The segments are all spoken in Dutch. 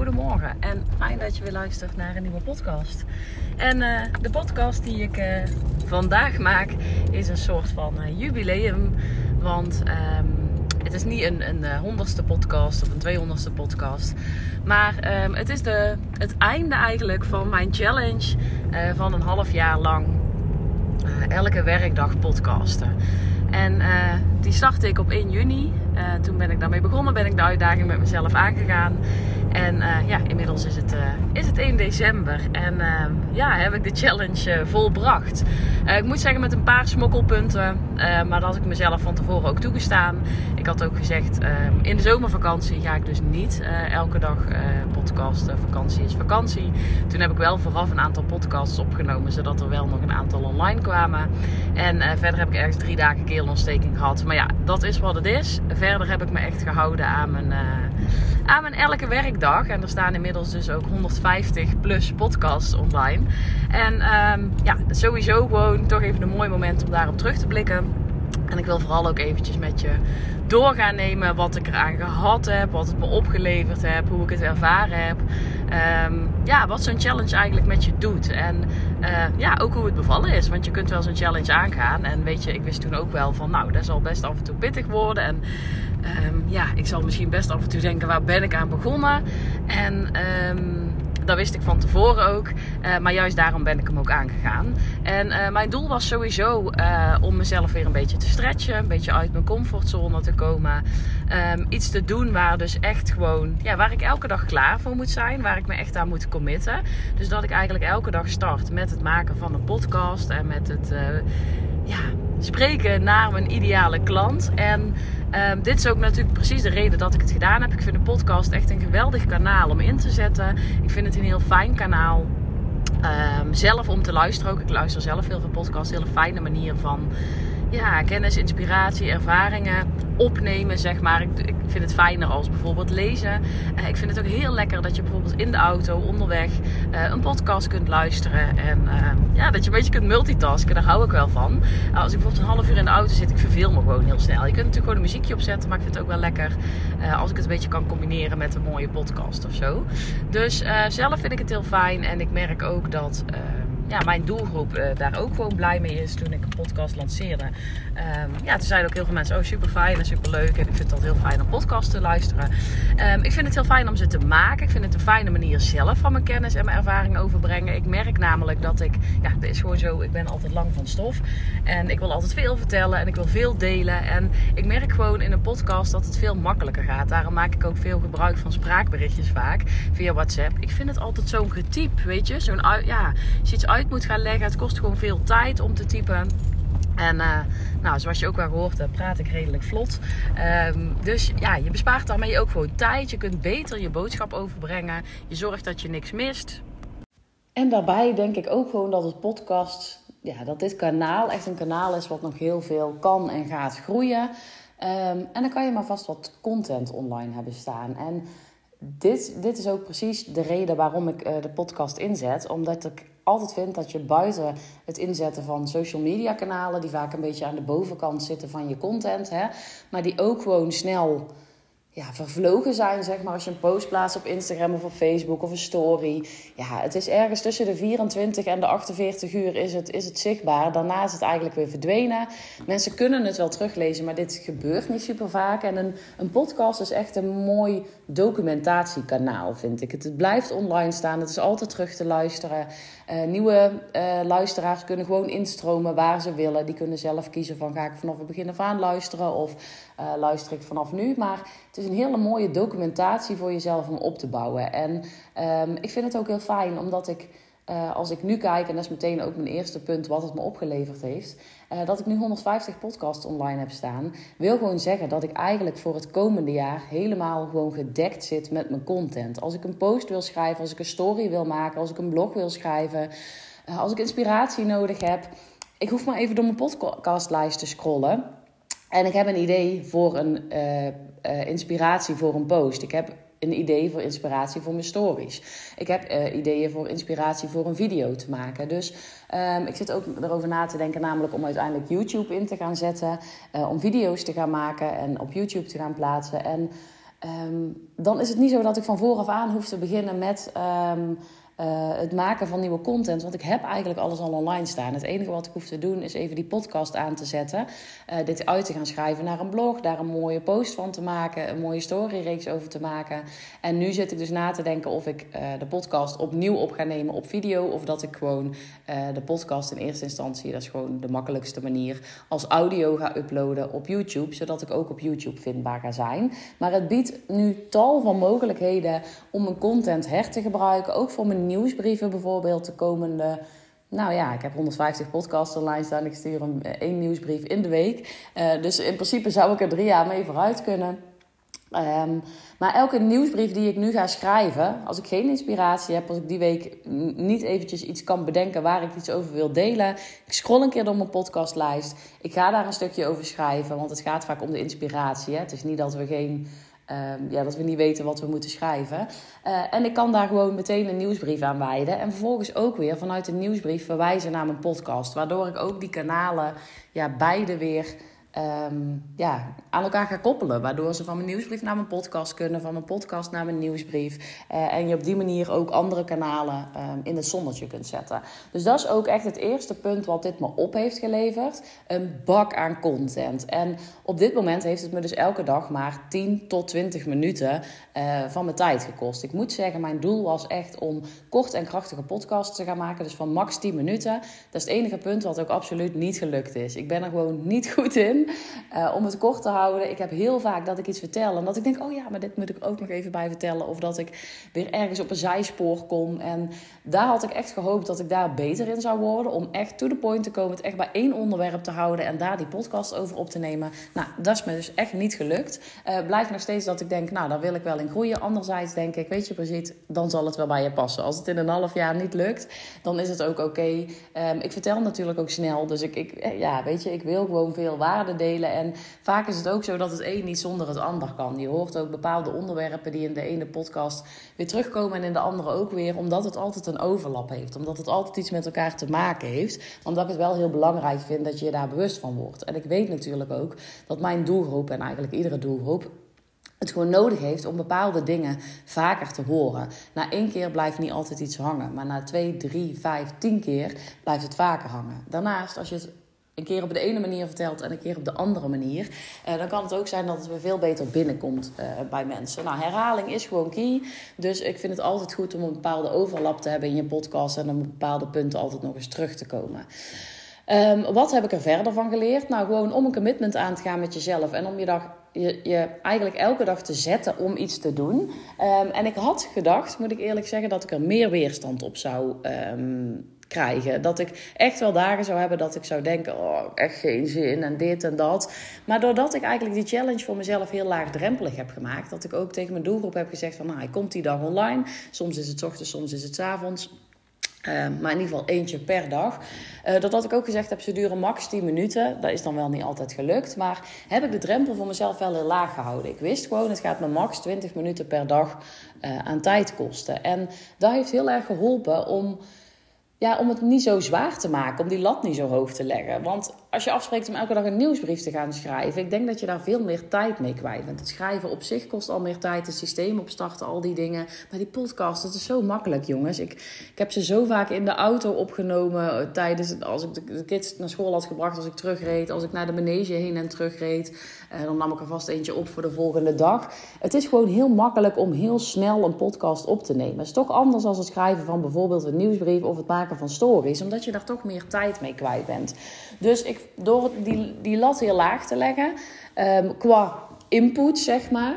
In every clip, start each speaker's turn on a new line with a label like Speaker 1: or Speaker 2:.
Speaker 1: goedemorgen en fijn dat je weer luistert naar een nieuwe podcast. En de podcast die ik vandaag maak is een soort van jubileum. Want het is niet een 100ste podcast of een 200ste podcast. Maar het is het einde eigenlijk van mijn challenge van een half jaar lang elke werkdag podcasten. En die startte ik op 1 juni. Toen ben ik daarmee begonnen, ben ik de uitdaging met mezelf aangegaan. En inmiddels is het 1 december. En heb ik de challenge volbracht. Ik moet zeggen met een paar smokkelpunten. Maar dat had ik mezelf van tevoren ook toegestaan. Ik had ook gezegd, in de zomervakantie ga ik dus niet elke dag podcasten. Vakantie is vakantie. Toen heb ik wel vooraf een aantal podcasts opgenomen. Zodat er wel nog een aantal online kwamen. En verder heb ik ergens 3 dagen keelontsteking gehad. Maar ja, dat is wat het is. Verder heb ik me echt gehouden aan mijn elke werkdag. En er staan inmiddels dus ook 150 plus podcasts online. En sowieso gewoon toch even een mooi moment om daarop terug te blikken. En ik wil vooral ook eventjes met je door gaan nemen wat ik eraan gehad heb. Wat het me opgeleverd heb. Hoe ik het ervaren heb. Wat zo'n challenge eigenlijk met je doet. En ook hoe het bevallen is. Want je kunt wel zo'n challenge aangaan. En weet je, ik wist toen ook wel van dat zal best af en toe pittig worden. En ik zal misschien best af en toe denken, waar ben ik aan begonnen? En dat wist ik van tevoren ook. Maar juist daarom ben ik hem ook aangegaan. En mijn doel was sowieso om mezelf weer een beetje te stretchen. Een beetje uit mijn comfortzone te komen. Iets te doen waar dus echt gewoon... waar ik elke dag klaar voor moet zijn. Waar ik me echt aan moet committen. Dus dat ik eigenlijk elke dag start met het maken van een podcast. En met het... spreken naar mijn ideale klant. En dit is ook natuurlijk precies de reden dat ik het gedaan heb. Ik vind de podcast echt een geweldig kanaal om in te zetten. Ik vind het een heel fijn kanaal. Zelf om te luisteren ook. Ik luister zelf heel veel podcasts. Een hele fijne manier van kennis, inspiratie, ervaringen opnemen, zeg maar. Ik vind het fijner als bijvoorbeeld lezen. Ik vind het ook heel lekker dat je bijvoorbeeld in de auto, onderweg, een podcast kunt luisteren. En dat je een beetje kunt multitasken. Daar hou ik wel van. Als ik bijvoorbeeld een half uur in de auto zit, ik verveel me gewoon heel snel. Je kunt natuurlijk gewoon een muziekje opzetten, maar ik vind het ook wel lekker als ik het een beetje kan combineren met een mooie podcast of zo. Dus zelf vind ik het heel fijn. En ik merk ook dat... mijn doelgroep daar ook gewoon blij mee is. Toen ik een podcast lanceerde. Toen zeiden ook heel veel mensen, super fijn en super leuk. En ik vind het altijd heel fijn om podcasts te luisteren. Ik vind het heel fijn om ze te maken. Ik vind het een fijne manier zelf van mijn kennis en mijn ervaring overbrengen. Ik merk namelijk dat dat is gewoon zo, ik ben altijd lang van stof. En ik wil altijd veel vertellen en ik wil veel delen. En ik merk gewoon in een podcast dat het veel makkelijker gaat. Daarom maak ik ook veel gebruik van spraakberichtjes vaak via WhatsApp. Ik vind het altijd zo'n getyp, weet je. Als je iets uit moet gaan leggen, het kost gewoon veel tijd om te typen. En zoals je ook wel gehoord hebt, praat ik redelijk vlot. Dus je bespaart daarmee ook gewoon tijd. Je kunt beter je boodschap overbrengen. Je zorgt dat je niks mist. En daarbij denk ik ook gewoon dat het podcast, dat dit kanaal echt een kanaal is wat nog heel veel kan en gaat groeien. En dan kan je maar vast wat content online hebben staan. En dit is ook precies de reden waarom ik de podcast inzet. Omdat ik altijd vind dat je buiten het inzetten van social media kanalen, die vaak een beetje aan de bovenkant zitten van je content, maar die ook gewoon snel vervlogen zijn, zeg maar, als je een post plaatst op Instagram of op Facebook of een story. Het is ergens tussen de 24 en de 48 uur is het zichtbaar. Daarna is het eigenlijk weer verdwenen. Mensen kunnen het wel teruglezen, maar dit gebeurt niet super vaak. En een podcast is echt een mooi documentatiekanaal, vind ik. Het blijft online staan, het is altijd terug te luisteren. Nieuwe luisteraars kunnen gewoon instromen waar ze willen. Die kunnen zelf kiezen van, ga ik vanaf het begin af aan luisteren of luister ik vanaf nu. Maar het is een hele mooie documentatie voor jezelf om op te bouwen. En ik vind het ook heel fijn, omdat ik, als ik nu kijk, en dat is meteen ook mijn eerste punt wat het me opgeleverd heeft, dat ik nu 150 podcasts online heb staan, wil gewoon zeggen dat ik eigenlijk voor het komende jaar helemaal gewoon gedekt zit met mijn content. Als ik een post wil schrijven, als ik een story wil maken, als ik een blog wil schrijven, als ik inspiratie nodig heb, ik hoef maar even door mijn podcastlijst te scrollen. En ik heb een idee voor een inspiratie voor een post. Ik heb een idee voor inspiratie voor mijn stories. Ik heb ideeën voor inspiratie voor een video te maken. Dus ik zit ook erover na te denken, namelijk om uiteindelijk YouTube in te gaan zetten. Om video's te gaan maken en op YouTube te gaan plaatsen. En dan is het niet zo dat ik van vooraf aan hoef te beginnen met het maken van nieuwe content. Want ik heb eigenlijk alles al online staan. Het enige wat ik hoef te doen is even die podcast aan te zetten. Dit uit te gaan schrijven naar een blog. Daar een mooie post van te maken. Een mooie storyreeks over te maken. En nu zit ik dus na te denken of ik de podcast opnieuw op ga nemen op video. Of dat ik gewoon de podcast in eerste instantie, dat is gewoon de makkelijkste manier, als audio ga uploaden op YouTube. Zodat ik ook op YouTube vindbaar ga zijn. Maar het biedt nu tal van mogelijkheden om mijn content her te gebruiken. Ook voor mijn nieuwsbrieven bijvoorbeeld de komende... Nou ja, ik heb 150 podcasts online staan. Ik stuur 1 nieuwsbrief in de week. Dus in principe zou ik er 3 jaar mee vooruit kunnen. Maar elke nieuwsbrief die ik nu ga schrijven, als ik geen inspiratie heb, als ik die week niet eventjes iets kan bedenken waar ik iets over wil delen, ik scroll een keer door mijn podcastlijst. Ik ga daar een stukje over schrijven, want het gaat vaak om de inspiratie. Hè? Het is niet dat we dat we niet weten wat we moeten schrijven. En ik kan daar gewoon meteen een nieuwsbrief aan wijden. En vervolgens ook weer vanuit de nieuwsbrief verwijzen naar mijn podcast. Waardoor ik ook die kanalen beide weer aan elkaar ga koppelen. Waardoor ze van mijn nieuwsbrief naar mijn podcast kunnen. Van mijn podcast naar mijn nieuwsbrief. En je op die manier ook andere kanalen in het zonnetje kunt zetten. Dus dat is ook echt het eerste punt wat dit me op heeft geleverd. Een bak aan content. En op dit moment heeft het me dus elke dag maar 10 tot 20 minuten van mijn tijd gekost. Ik moet zeggen, mijn doel was echt om kort en krachtige podcasts te gaan maken. Dus van max 10 minuten. Dat is het enige punt wat ook absoluut niet gelukt is. Ik ben er gewoon niet goed in om het kort te houden. Ik heb heel vaak dat ik iets vertel en dat ik denk, oh ja, maar dit moet ik ook nog even bij vertellen. Of dat ik weer ergens op een zijspoor kom. En daar had ik echt gehoopt dat ik daar beter in zou worden. Om echt to the point te komen, het echt bij 1 onderwerp te houden en daar die podcast over op te nemen. Nou, dat is me dus echt niet gelukt. Blijft nog steeds dat ik denk, nou, daar wil ik wel in groeien. Anderzijds denk ik, weet je precies, dan zal het wel bij je passen. Als het in een half jaar niet lukt, dan is het ook oké. Ik vertel natuurlijk ook snel, dus ik wil gewoon veel waarde delen. En vaak is het ook zo dat het een niet zonder het ander kan. Je hoort ook bepaalde onderwerpen die in de ene podcast weer terugkomen en in de andere ook weer, omdat het altijd een overlap heeft. Omdat het altijd iets met elkaar te maken heeft. Omdat ik het wel heel belangrijk vind dat je je daar bewust van wordt. En ik weet natuurlijk ook dat mijn doelgroep en eigenlijk iedere doelgroep het gewoon nodig heeft om bepaalde dingen vaker te horen. Na 1 keer blijft niet altijd iets hangen. Maar na 2, 3, 5, 10 keer blijft het vaker hangen. Daarnaast, als je het een keer op de ene manier vertelt en een keer op de andere manier, dan kan het ook zijn dat het weer veel beter binnenkomt bij mensen. Nou, herhaling is gewoon key. Dus ik vind het altijd goed om een bepaalde overlap te hebben in je podcast en op bepaalde punten altijd nog eens terug te komen. Wat heb ik er verder van geleerd? Nou, gewoon om een commitment aan te gaan met jezelf en om je eigenlijk elke dag te zetten om iets te doen. En ik had gedacht, moet ik eerlijk zeggen, dat ik er meer weerstand op zou krijgen. Dat ik echt wel dagen zou hebben dat ik zou denken, oh, echt geen zin en dit en dat. Maar doordat ik eigenlijk die challenge voor mezelf heel laagdrempelig heb gemaakt, dat ik ook tegen mijn doelgroep heb gezegd van, nou, hij komt die dag online. Soms is het 's ochtends, soms is het 's avonds. Maar in ieder geval eentje per dag. Doordat ik ook gezegd heb, ze duren max 10 minuten. Dat is dan wel niet altijd gelukt. Maar heb ik de drempel voor mezelf wel heel laag gehouden. Ik wist gewoon, het gaat me max 20 minuten per dag aan tijd kosten. En dat heeft heel erg geholpen om het niet zo zwaar te maken. Om die lat niet zo hoog te leggen. Want als je afspreekt om elke dag een nieuwsbrief te gaan schrijven, ik denk dat je daar veel meer tijd mee kwijt bent. Het schrijven op zich kost al meer tijd. Het systeem opstarten, al die dingen. Maar die podcast, het is zo makkelijk, jongens. Ik heb ze zo vaak in de auto opgenomen tijdens, als ik de kids naar school had gebracht, als ik terugreed, als ik naar de manege heen en terugreed. Dan nam ik er vast eentje op voor de volgende dag. Het is gewoon heel makkelijk om heel snel een podcast op te nemen. Het is toch anders dan het schrijven van bijvoorbeeld een nieuwsbrief of het maken van stories, omdat je daar toch meer tijd mee kwijt bent. Dus door die lat heel laag te leggen, qua input, zeg maar.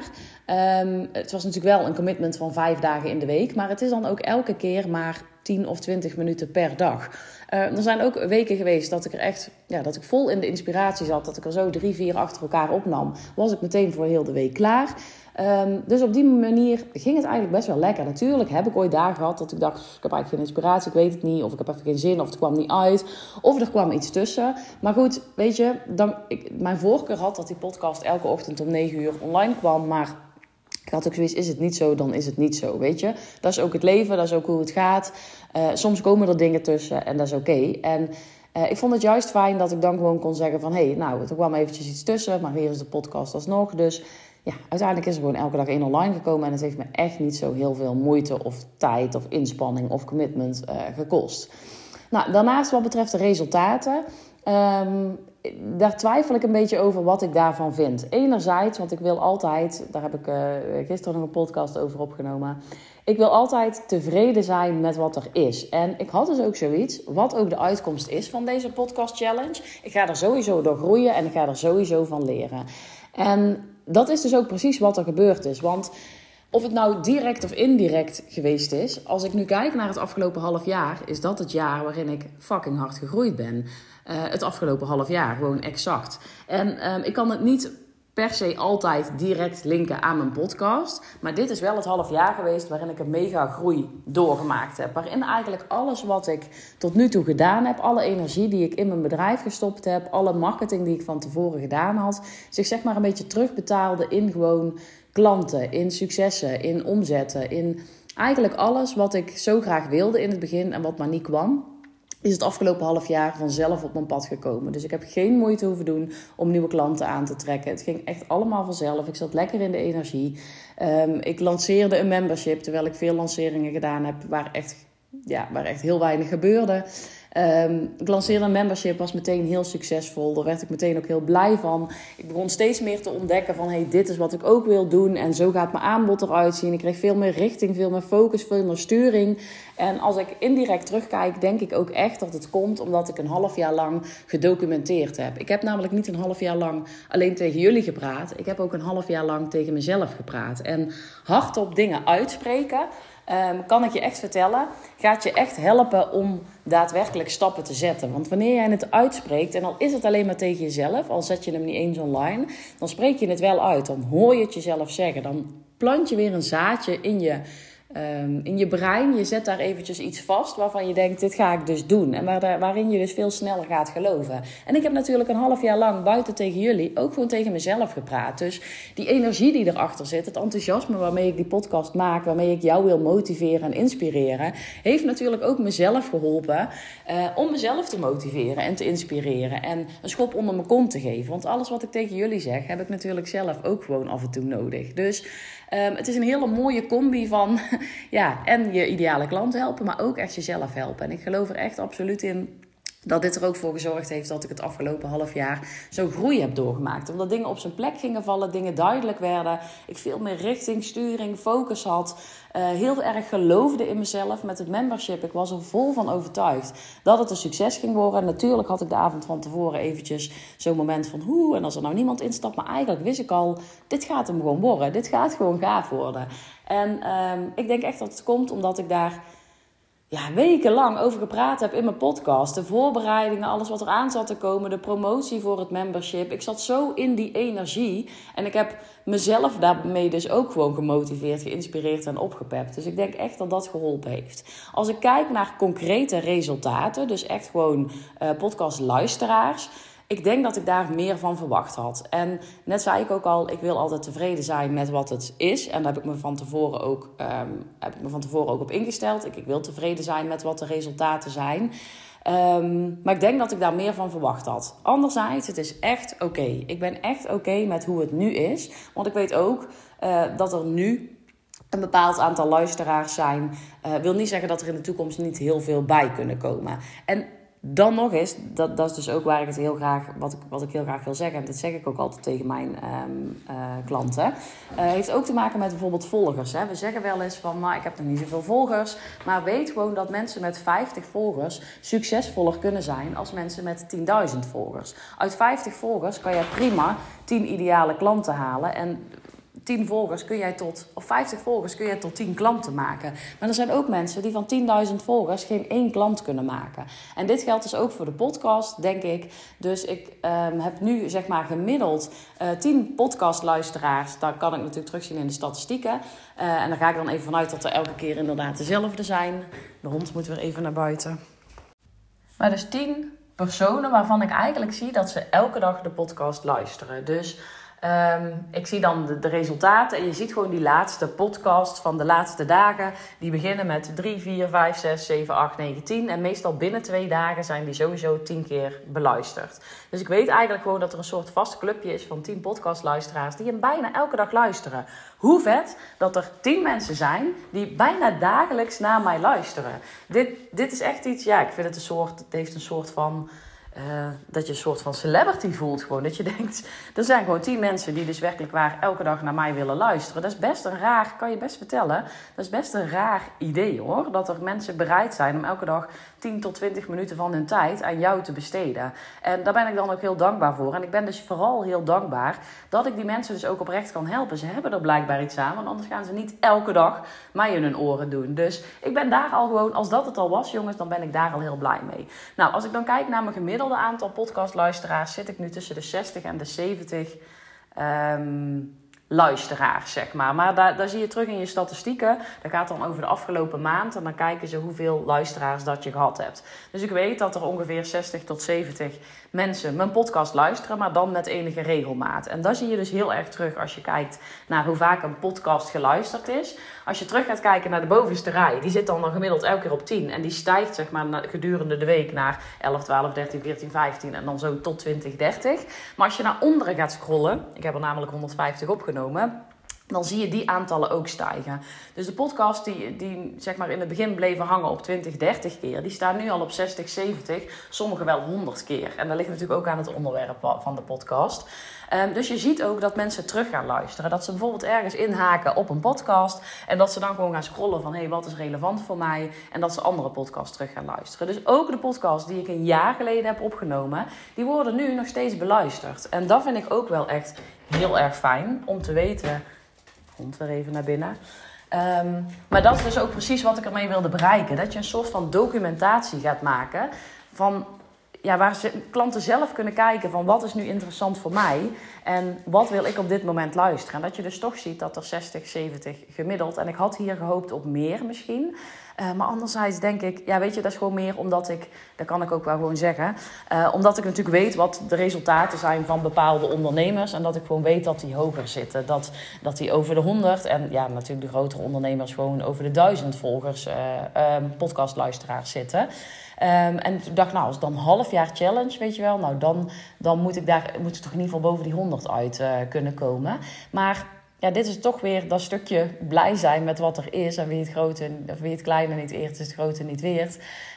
Speaker 1: Het was natuurlijk wel een commitment van 5 dagen in de week, maar het is dan ook elke keer maar 10 of 20 minuten per dag. Er zijn ook weken geweest dat ik er echt, dat ik vol in de inspiratie zat, dat ik er zo 3, 4 achter elkaar opnam. Was ik meteen voor heel de week klaar. Dus op die manier ging het eigenlijk best wel lekker. Natuurlijk heb ik ooit dagen gehad dat ik dacht, ik heb eigenlijk geen inspiratie, ik weet het niet. Of ik heb even geen zin, of het kwam niet uit. Of er kwam iets tussen. Maar goed, weet je, mijn voorkeur had dat die podcast elke ochtend om 9 uur online kwam. Maar ik had ook zoiets, is het niet zo, dan is het niet zo, weet je. Dat is ook het leven, dat is ook hoe het gaat. Soms komen er dingen tussen en dat is oké. En ik vond het juist fijn dat ik dan gewoon kon zeggen van, er kwam eventjes iets tussen, maar hier is de podcast alsnog. Dus
Speaker 2: uiteindelijk is er gewoon elke dag 1 online gekomen. En het heeft me echt niet zo heel veel moeite of tijd of inspanning of commitment gekost. Nou, daarnaast wat betreft de resultaten. Daar twijfel ik een beetje over wat ik daarvan vind. Enerzijds, want ik wil altijd, daar heb ik gisteren nog een podcast over opgenomen. Ik wil altijd tevreden zijn met wat er is. En ik had dus ook zoiets, wat ook de uitkomst is van deze podcast challenge. Ik ga er sowieso door groeien en ik ga er sowieso van leren. En dat is dus ook precies wat er gebeurd is. Want of het nou direct of indirect geweest is, als ik nu kijk naar het afgelopen half jaar, is dat het jaar waarin ik fucking hard gegroeid ben. Het afgelopen half jaar, gewoon exact. En ik kan het niet per se altijd direct linken aan mijn podcast. Maar dit is wel het half jaar geweest waarin ik een mega groei doorgemaakt heb. Waarin eigenlijk alles wat ik tot nu toe gedaan heb, alle energie die ik in mijn bedrijf gestopt heb, alle marketing die ik van tevoren gedaan had, zich zeg maar een beetje terugbetaalde in gewoon klanten, in successen, in omzetten, in eigenlijk alles wat ik zo graag wilde in het begin en wat maar niet kwam, is het afgelopen half jaar vanzelf op mijn pad gekomen. Dus ik heb geen moeite hoeven doen om nieuwe klanten aan te trekken. Het ging echt allemaal vanzelf. Ik zat lekker in de energie. Ik lanceerde een membership, terwijl ik veel lanceringen gedaan heb waar echt heel weinig gebeurde. Ik lanceerde een membership, was meteen heel succesvol. Daar werd ik meteen ook heel blij van. Ik begon steeds meer te ontdekken van, hey, dit is wat ik ook wil doen. En zo gaat mijn aanbod eruit zien. Ik kreeg veel meer richting, veel meer focus, veel meer sturing. En als ik indirect terugkijk, denk ik ook echt dat het komt omdat ik een half jaar lang gedocumenteerd heb. Ik heb namelijk niet een half jaar lang alleen tegen jullie gepraat. Ik heb ook een half jaar lang tegen mezelf gepraat. En hardop dingen uitspreken, kan ik je echt vertellen, gaat je echt helpen om daadwerkelijk stappen te zetten. Want wanneer jij het uitspreekt, en al is het alleen maar tegen jezelf, al zet je hem niet eens online, dan spreek je het wel uit. Dan hoor je het jezelf zeggen. Dan plant je weer een zaadje in je brein. Je zet daar eventjes iets vast waarvan je denkt, dit ga ik dus doen. En waarin je dus veel sneller gaat geloven. En ik heb natuurlijk een half jaar lang buiten tegen jullie ook gewoon tegen mezelf gepraat. Dus die energie die erachter zit, het enthousiasme waarmee ik die podcast maak, waarmee ik jou wil motiveren en inspireren, heeft natuurlijk ook mezelf geholpen om mezelf te motiveren en te inspireren. En een schop onder mijn kont te geven. Want alles wat ik tegen jullie zeg, heb ik natuurlijk zelf ook gewoon af en toe nodig. Dus het is een hele mooie combi van en je ideale klant helpen, maar ook echt jezelf helpen. En ik geloof er echt absoluut in dat dit er ook voor gezorgd heeft dat ik het afgelopen half jaar zo groei heb doorgemaakt. Omdat dingen op zijn plek gingen vallen, dingen duidelijk werden. Ik veel meer richting, sturing, focus had. Heel erg geloofde in mezelf met het membership. Ik was er vol van overtuigd dat het een succes ging worden. Natuurlijk had ik de avond van tevoren eventjes zo'n moment van en als er nou niemand instapt. Maar eigenlijk wist ik al, dit gaat hem gewoon worden. Dit gaat gewoon gaaf worden. En ik denk echt dat het komt omdat ik daar wekenlang over gepraat heb in mijn podcast. De voorbereidingen, alles wat er aan zat te komen, de promotie voor het membership. Ik zat zo in die energie. En ik heb mezelf daarmee dus ook gewoon gemotiveerd, geïnspireerd en opgepept. Dus ik denk echt dat dat geholpen heeft. Als ik kijk naar concrete resultaten, dus echt gewoon podcastluisteraars, ik denk dat ik daar meer van verwacht had. En net zei ik ook al, ik wil altijd tevreden zijn met wat het is. En daar heb ik me van tevoren ook op ingesteld. Ik wil tevreden zijn met wat de resultaten zijn. Maar ik denk dat ik daar meer van verwacht had. Anderzijds, het is echt oké. Ik ben echt oké met hoe het nu is. Want ik weet ook dat er nu een bepaald aantal luisteraars zijn. Wil niet zeggen dat er in de toekomst niet heel veel bij kunnen komen. En dan nog eens, dat is dus ook waar ik het heel graag, wat ik heel graag wil zeggen. En dat zeg ik ook altijd tegen mijn klanten. Heeft ook te maken met bijvoorbeeld volgers. Hè. We zeggen wel eens van, ik heb nog niet zoveel volgers. Maar weet gewoon dat mensen met 50 volgers succesvoller kunnen zijn als mensen met 10.000 volgers. Uit 50 volgers kan je prima 10 ideale klanten halen. En 50 volgers kun jij tot 10 klanten maken. Maar er zijn ook mensen die van 10.000 volgers geen 1 klant kunnen maken. En dit geldt dus ook voor de podcast, denk ik. Dus ik heb nu zeg maar gemiddeld 10 podcastluisteraars. Dat kan ik natuurlijk terugzien in de statistieken. En daar ga ik dan even vanuit dat er elke keer inderdaad dezelfde zijn. De hond moet weer even naar buiten. Maar dus 10 personen waarvan ik eigenlijk zie dat ze elke dag de podcast luisteren. Dus Ik zie dan de resultaten en je ziet gewoon die laatste podcast van de laatste dagen. Die beginnen met 3, 4, 5, 6, 7, 8, 9, 10. En meestal binnen 2 dagen zijn die sowieso 10 keer beluisterd. Dus ik weet eigenlijk gewoon dat er een soort vast clubje is van 10 podcastluisteraars die hem bijna elke dag luisteren. Hoe vet dat er 10 mensen zijn die bijna dagelijks naar mij luisteren. Dit is echt iets, ja, ik vind het het heeft een soort van... dat je een soort van celebrity voelt gewoon. Dat je denkt, er zijn gewoon 10 mensen die dus werkelijk waar elke dag naar mij willen luisteren. Dat is best een raar, kan je best vertellen, dat is best een raar idee hoor. Dat er mensen bereid zijn om elke dag 10 tot 20 minuten van hun tijd aan jou te besteden. En daar ben ik dan ook heel dankbaar voor. En ik ben dus vooral heel dankbaar dat ik die mensen dus ook oprecht kan helpen. Ze hebben er blijkbaar iets aan, want anders gaan ze niet elke dag mij in hun oren doen. Dus ik ben daar al gewoon, als dat het al was jongens, dan ben ik daar al heel blij mee. Nou, als ik dan kijk naar mijn gemiddelde aantal podcastluisteraars, zit ik nu tussen de 60 en de 70 luisteraars, zeg maar. Maar daar zie je terug in je statistieken. Dat gaat dan over de afgelopen maand. En dan kijken ze hoeveel luisteraars dat je gehad hebt. Dus ik weet dat er ongeveer 60 tot 70 mensen mijn podcast luisteren. Maar dan met enige regelmaat. En daar zie je dus heel erg terug als je kijkt naar hoe vaak een podcast geluisterd is. Als je terug gaat kijken naar de bovenste rij. Die zit dan gemiddeld elke keer op 10. En die stijgt zeg maar gedurende de week naar 11, 12, 13, 14, 15. En dan zo tot 20, 30. Maar als je naar onderen gaat scrollen. Ik heb er namelijk 150 opgenomen. Dan zie je die aantallen ook stijgen. Dus de podcast die zeg maar in het begin bleven hangen op 20, 30 keer. Die staan nu al op 60, 70. Sommige wel 100 keer. En dat ligt natuurlijk ook aan het onderwerp van de podcast. Dus je ziet ook dat mensen terug gaan luisteren. Dat ze bijvoorbeeld ergens inhaken op een podcast. En dat ze dan gewoon gaan scrollen van... wat is relevant voor mij? En dat ze andere podcasts terug gaan luisteren. Dus ook de podcasts die ik een jaar geleden heb opgenomen... die worden nu nog steeds beluisterd. En dat vind ik ook wel echt heel erg fijn om te weten... Hond weer even naar binnen. Maar dat is dus ook precies wat ik ermee wilde bereiken. Dat je een soort van documentatie gaat maken... van waar klanten zelf kunnen kijken van wat is nu interessant voor mij... en wat wil ik op dit moment luisteren. En dat je dus toch ziet dat er 60, 70 gemiddeld... en ik had hier gehoopt op meer misschien... maar anderzijds denk ik, dat is gewoon meer omdat ik... dat kan ik ook wel gewoon zeggen... omdat ik natuurlijk weet wat de resultaten zijn van bepaalde ondernemers... en dat ik gewoon weet dat die hoger zitten. Dat die over de 100 en natuurlijk de grotere ondernemers... gewoon over de 1000 volgers, podcastluisteraars zitten... en toen dacht ik, als dan halfjaar challenge, weet je wel... dan moet ik toch in ieder geval boven die 100 uit kunnen komen. Maar dit is toch weer dat stukje blij zijn met wat er is... en wie het kleine niet eert, is het grote niet weert.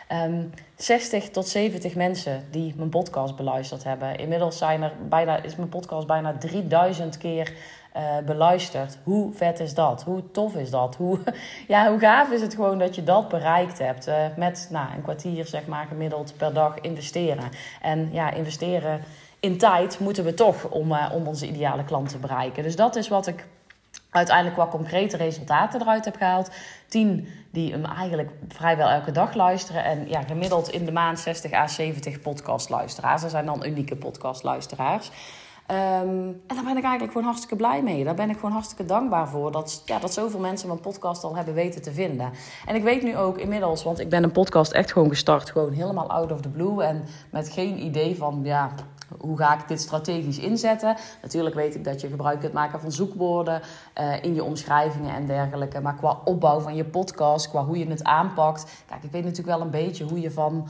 Speaker 2: 60 tot 70 mensen die mijn podcast beluisterd hebben. Inmiddels is mijn podcast bijna 3000 keer... beluisterd. Hoe vet is dat? Hoe tof is dat? Hoe gaaf is het gewoon dat je dat bereikt hebt met een kwartier zeg maar gemiddeld per dag investeren. En investeren in tijd moeten we toch om onze ideale klant te bereiken. Dus dat is wat ik uiteindelijk qua concrete resultaten eruit heb gehaald. 10 die hem eigenlijk vrijwel elke dag luisteren. En gemiddeld in de maand 60 à 70 podcastluisteraars. Dat zijn dan unieke podcastluisteraars. En daar ben ik eigenlijk gewoon hartstikke blij mee. Daar ben ik gewoon hartstikke dankbaar voor. Dat zoveel mensen mijn podcast al hebben weten te vinden. En ik weet nu ook inmiddels, want ik ben een podcast echt gewoon gestart. Gewoon helemaal out of the blue. En met geen idee van, hoe ga ik dit strategisch inzetten? Natuurlijk weet ik dat je gebruik kunt maken van zoekwoorden in je omschrijvingen en dergelijke. Maar qua opbouw van je podcast, qua hoe je het aanpakt. Kijk, ik weet natuurlijk wel een beetje hoe je van...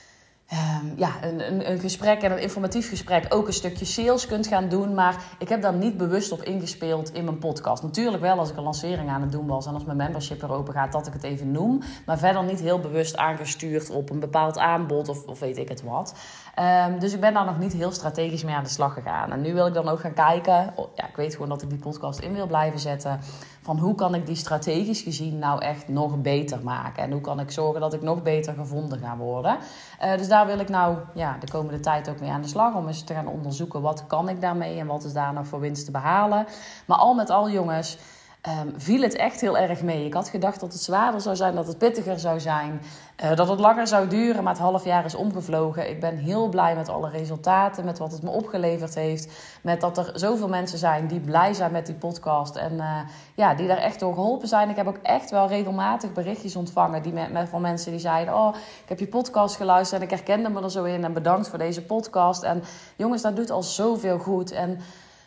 Speaker 2: een gesprek en een informatief gesprek ook een stukje sales kunt gaan doen. Maar ik heb daar niet bewust op ingespeeld in mijn podcast. Natuurlijk wel als ik een lancering aan het doen was en als mijn membership er open gaat, dat ik het even noem. Maar verder niet heel bewust aangestuurd op een bepaald aanbod of weet ik het wat. Dus ik ben daar nog niet heel strategisch mee aan de slag gegaan. En nu wil ik dan ook gaan kijken. Ik weet gewoon dat ik die podcast in wil blijven zetten. Van hoe kan ik die strategisch gezien nou echt nog beter maken? En hoe kan ik zorgen dat ik nog beter gevonden ga worden? Dus daar wil ik nou de komende tijd ook mee aan de slag. Om eens te gaan onderzoeken wat kan ik daarmee en wat is daar nog voor winst te behalen. Maar al met al jongens... viel het echt heel erg mee. Ik had gedacht dat het zwaarder zou zijn, dat het pittiger zou zijn. Dat het langer zou duren, maar het halfjaar is omgevlogen. Ik ben heel blij met alle resultaten, met wat het me opgeleverd heeft. Met dat er zoveel mensen zijn die blij zijn met die podcast. En die daar echt door geholpen zijn. Ik heb ook echt wel regelmatig berichtjes ontvangen van mensen die zeiden... ik heb je podcast geluisterd en ik herkende me er zo in. En bedankt voor deze podcast. En jongens, dat doet al zoveel goed. En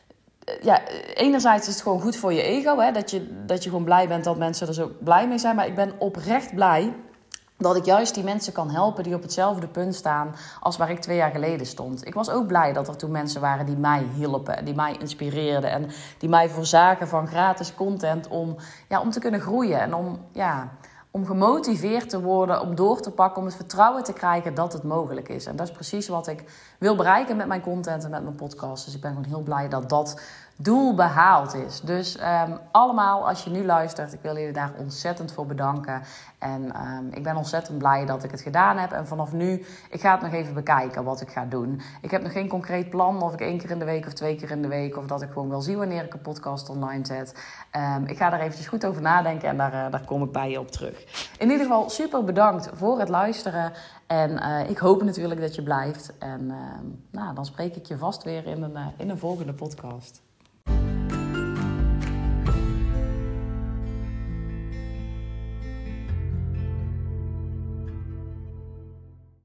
Speaker 2: enerzijds is het gewoon goed voor je ego. Hè? Dat je gewoon blij bent dat mensen er zo blij mee zijn. Maar ik ben oprecht blij dat ik juist die mensen kan helpen die op hetzelfde punt staan als waar ik 2 jaar geleden stond. Ik was ook blij dat er toen mensen waren die mij hielpen, die mij inspireerden en die mij voorzagen van gratis content om te kunnen groeien en om gemotiveerd te worden, om door te pakken, om het vertrouwen te krijgen dat het mogelijk is. En dat is precies wat ik wil bereiken met mijn content en met mijn podcast. Dus ik ben gewoon heel blij dat dat doel behaald is. Dus allemaal, als je nu luistert, ik wil jullie daar ontzettend voor bedanken. En ik ben ontzettend blij dat ik het gedaan heb. En vanaf nu, ik ga het nog even bekijken wat ik ga doen. Ik heb nog geen concreet plan of ik 1 keer in de week of 2 keer in de week, of dat ik gewoon wel zie wanneer ik een podcast online zet. Ik ga daar eventjes goed over nadenken en daar kom ik bij je op terug. In ieder geval super bedankt voor het luisteren. En ik hoop natuurlijk dat je blijft. En dan spreek ik je vast weer in een volgende podcast.